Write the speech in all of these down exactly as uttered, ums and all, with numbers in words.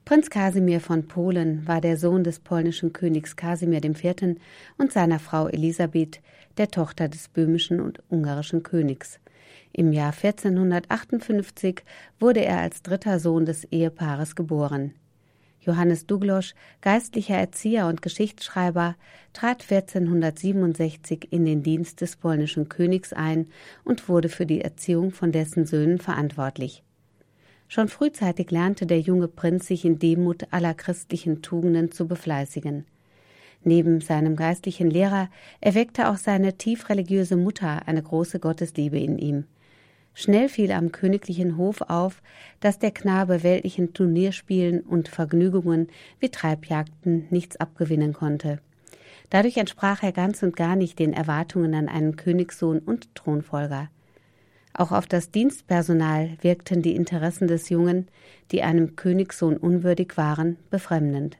Prinz Kasimir von Polen war der Sohn des polnischen Königs Kasimir der Vierte. und seiner Frau Elisabeth, der Tochter des böhmischen und ungarischen Königs. Im Jahr vierzehnhundertachtundfünfzig wurde er als dritter Sohn des Ehepaares geboren. Johannes Dugloš, geistlicher Erzieher und Geschichtsschreiber, trat vierzehnhundertsiebenundsechzig in den Dienst des polnischen Königs ein und wurde für die Erziehung von dessen Söhnen verantwortlich. Schon frühzeitig lernte der junge Prinz sich in Demut aller christlichen Tugenden zu befleißigen. Neben seinem geistlichen Lehrer erweckte auch seine tief religiöse Mutter eine große Gottesliebe in ihm. Schnell fiel am königlichen Hof auf, dass der Knabe weltlichen Turnierspielen und Vergnügungen wie Treibjagden nichts abgewinnen konnte. Dadurch entsprach er ganz und gar nicht den Erwartungen an einen Königssohn und Thronfolger. Auch auf das Dienstpersonal wirkten die Interessen des Jungen, die einem Königssohn unwürdig waren, befremdend.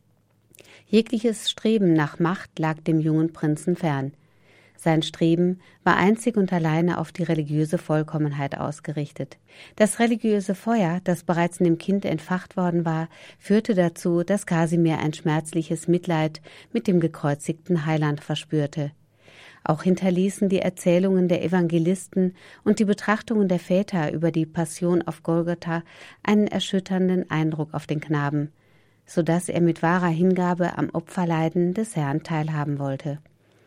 Jegliches Streben nach Macht lag dem jungen Prinzen fern. Sein Streben war einzig und alleine auf die religiöse Vollkommenheit ausgerichtet. Das religiöse Feuer, das bereits in dem Kind entfacht worden war, führte dazu, dass Kasimir ein schmerzliches Mitleid mit dem gekreuzigten Heiland verspürte. Auch hinterließen die Erzählungen der Evangelisten und die Betrachtungen der Väter über die Passion auf Golgatha einen erschütternden Eindruck auf den Knaben, so dass er mit wahrer Hingabe am Opferleiden des Herrn teilhaben wollte.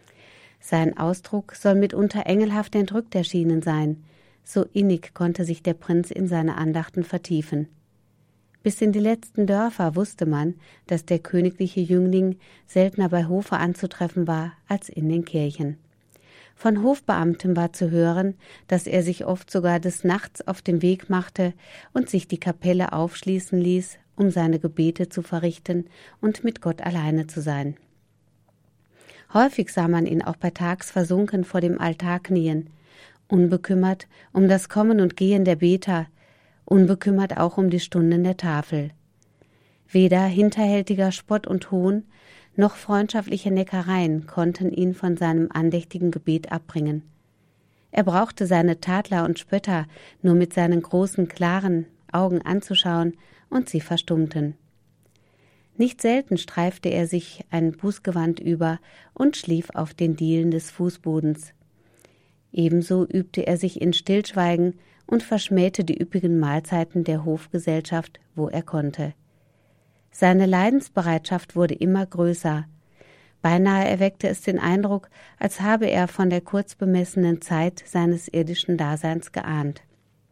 Sein Ausdruck soll mitunter engelhaft entrückt erschienen sein, so innig konnte sich der Prinz in seine Andachten vertiefen. Bis in die letzten Dörfer wusste man, dass der königliche Jüngling seltener bei Hofe anzutreffen war als in den Kirchen. Von Hofbeamten war zu hören, dass er sich oft sogar des Nachts auf den Weg machte und sich die Kapelle aufschließen ließ, um seine Gebete zu verrichten und mit Gott alleine zu sein. Häufig sah man ihn auch bei Tags versunken vor dem Altar knien, unbekümmert um das Kommen und Gehen der Beter, unbekümmert auch um die Stunden der Tafel. Weder hinterhältiger Spott und Hohn noch freundschaftliche Neckereien konnten ihn von seinem andächtigen Gebet abbringen. Er brauchte seine Tadler und Spötter nur mit seinen großen, klaren Augen anzuschauen, und sie verstummten. Nicht selten streifte er sich ein Bußgewand über und schlief auf den Dielen des Fußbodens. Ebenso übte er sich in Stillschweigen und verschmähte die üppigen Mahlzeiten der Hofgesellschaft, wo er konnte. Seine Leidensbereitschaft wurde immer größer. Beinahe erweckte es den Eindruck, als habe er von der kurzbemessenen Zeit seines irdischen Daseins geahnt.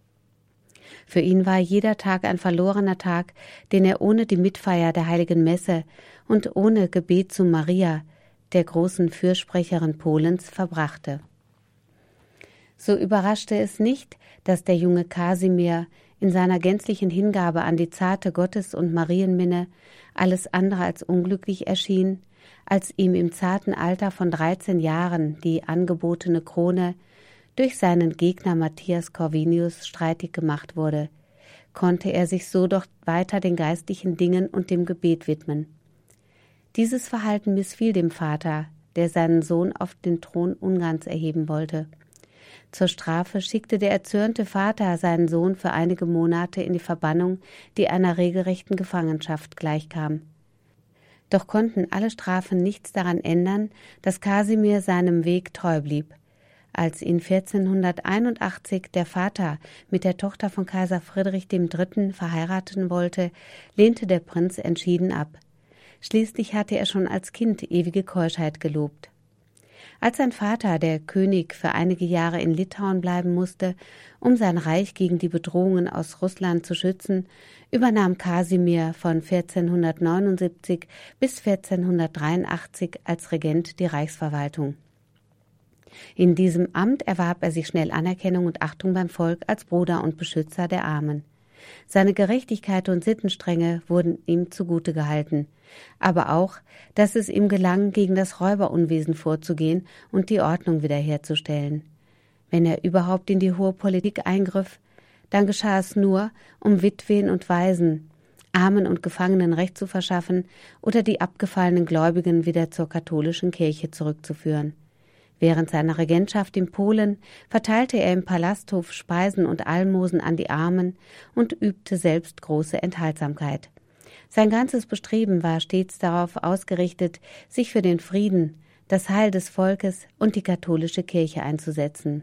Für ihn war jeder Tag ein verlorener Tag, den er ohne die Mitfeier der heiligen Messe und ohne Gebet zu Maria, der großen Fürsprecherin Polens, verbrachte. So überraschte es nicht, dass der junge Kasimir in seiner gänzlichen Hingabe an die zarte Gottes- und Marienminne alles andere als unglücklich erschien, als ihm im zarten Alter von dreizehn Jahren die angebotene Krone durch seinen Gegner Matthias Corvinius streitig gemacht wurde, konnte er sich so doch weiter den geistlichen Dingen und dem Gebet widmen. Dieses Verhalten missfiel dem Vater, der seinen Sohn auf den Thron Ungarns erheben wollte. Zur Strafe schickte der erzürnte Vater seinen Sohn für einige Monate in die Verbannung, die einer regelrechten Gefangenschaft gleichkam. Doch konnten alle Strafen nichts daran ändern, dass Kasimir seinem Weg treu blieb. Als ihn vierzehnhunderteinundachtzig der Vater mit der Tochter von Kaiser Friedrich der Dritte verheiraten wollte, lehnte der Prinz entschieden ab. Schließlich hatte er schon als Kind ewige Keuschheit gelobt. Als sein Vater, der König, für einige Jahre in Litauen bleiben musste, um sein Reich gegen die Bedrohungen aus Russland zu schützen, übernahm Kasimir von vierzehnhundertneunundsiebzig bis vierzehnhundertdreiundachtzig als Regent die Reichsverwaltung. In diesem Amt erwarb er sich schnell Anerkennung und Achtung beim Volk als Bruder und Beschützer der Armen. Seine Gerechtigkeit und Sittenstrenge wurden ihm zugute gehalten, aber auch, dass es ihm gelang, gegen das Räuberunwesen vorzugehen und die Ordnung wiederherzustellen. Wenn er überhaupt in die hohe Politik eingriff, dann geschah es nur, um Witwen und Waisen, Armen und Gefangenen Recht zu verschaffen oder die abgefallenen Gläubigen wieder zur katholischen Kirche zurückzuführen. Während seiner Regentschaft in Polen verteilte er im Palasthof Speisen und Almosen an die Armen und übte selbst große Enthaltsamkeit. Sein ganzes Bestreben war stets darauf ausgerichtet, sich für den Frieden, das Heil des Volkes und die katholische Kirche einzusetzen.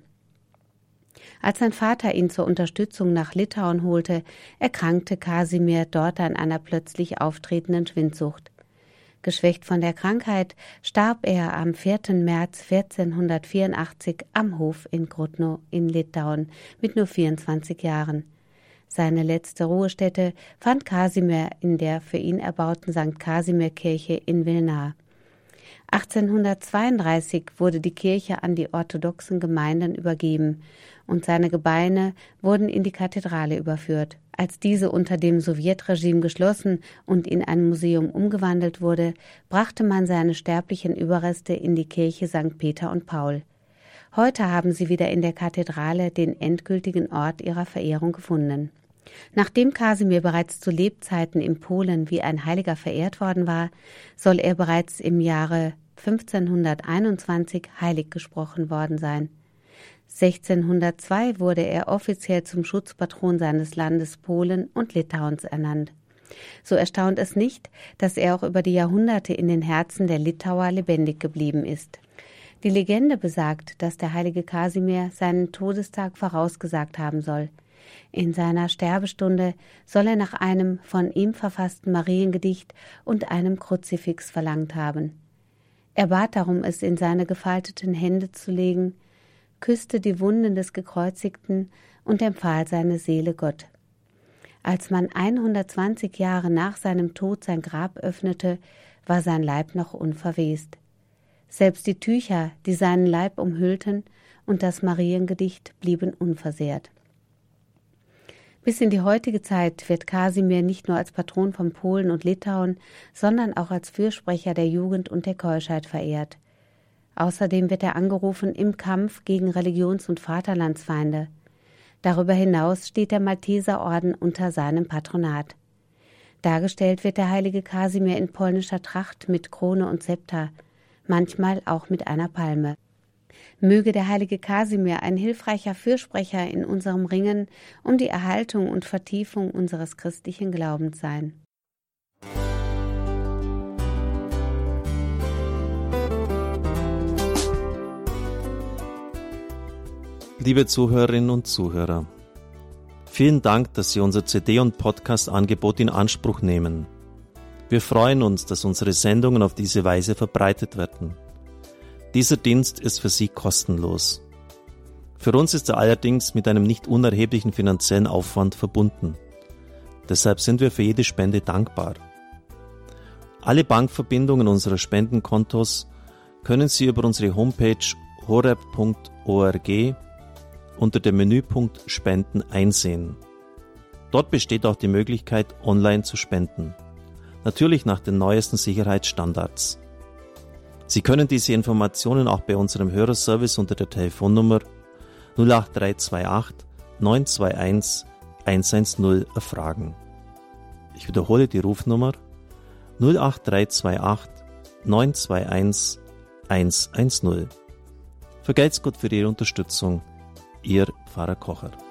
Als sein Vater ihn zur Unterstützung nach Litauen holte, erkrankte Kasimir dort an einer plötzlich auftretenden Schwindsucht. Geschwächt von der Krankheit starb er am vierten März vierzehnhundertvierundachtzig am Hof in Grodno in Litauen mit nur vierundzwanzig Jahren. Seine letzte Ruhestätte fand Kasimir in der für ihn erbauten Sankt Kasimir-Kirche in Wilna. achtzehnhundertzweiunddreißig wurde die Kirche an die orthodoxen Gemeinden übergeben und seine Gebeine wurden in die Kathedrale überführt. Als diese unter dem Sowjetregime geschlossen und in ein Museum umgewandelt wurde, brachte man seine sterblichen Überreste in die Kirche Sankt Peter und Paul. Heute haben sie wieder in der Kathedrale den endgültigen Ort ihrer Verehrung gefunden. Nachdem Kasimir bereits zu Lebzeiten in Polen wie ein Heiliger verehrt worden war, soll er bereits im Jahre fünfzehnhunderteinundzwanzig heilig gesprochen worden sein. sechzehnhundertzwei wurde er offiziell zum Schutzpatron seines Landes Polen und Litauens ernannt. So erstaunt es nicht, dass er auch über die Jahrhunderte in den Herzen der Litauer lebendig geblieben ist. Die Legende besagt, dass der heilige Kasimir seinen Todestag vorausgesagt haben soll. In seiner Sterbestunde soll er nach einem von ihm verfassten Mariengedicht und einem Kruzifix verlangt haben. Er bat darum, es in seine gefalteten Hände zu legen, küsste die Wunden des Gekreuzigten und empfahl seine Seele Gott. Als man hundertzwanzig Jahre nach seinem Tod sein Grab öffnete, war sein Leib noch unverwest. Selbst die Tücher, die seinen Leib umhüllten, und das Mariengedicht blieben unversehrt. Bis in die heutige Zeit wird Kasimir nicht nur als Patron von Polen und Litauen, sondern auch als Fürsprecher der Jugend und der Keuschheit verehrt. Außerdem wird er angerufen im Kampf gegen Religions- und Vaterlandsfeinde. Darüber hinaus steht der Malteserorden unter seinem Patronat. Dargestellt wird der heilige Kasimir in polnischer Tracht mit Krone und Zepter, manchmal auch mit einer Palme. Möge der heilige Kasimir ein hilfreicher Fürsprecher in unserem Ringen um die Erhaltung und Vertiefung unseres christlichen Glaubens sein. Liebe Zuhörerinnen und Zuhörer, vielen Dank, dass Sie unser C D- und Podcast-Angebot in Anspruch nehmen. Wir freuen uns, dass unsere Sendungen auf diese Weise verbreitet werden. Dieser Dienst ist für Sie kostenlos. Für uns ist er allerdings mit einem nicht unerheblichen finanziellen Aufwand verbunden. Deshalb sind wir für jede Spende dankbar. Alle Bankverbindungen unserer Spendenkontos können Sie über unsere Homepage horeb punkt org unter dem Menüpunkt Spenden einsehen. Dort besteht auch die Möglichkeit, online zu spenden. Natürlich nach den neuesten Sicherheitsstandards. Sie können diese Informationen auch bei unserem Hörerservice unter der Telefonnummer null acht drei zwei acht neun zwei eins eins eins null erfragen. Ich wiederhole die Rufnummer null acht drei zwei acht neun zwei eins eins eins null. Vergelt's Gott für Ihre Unterstützung. Ihr Pfarrer Kocher.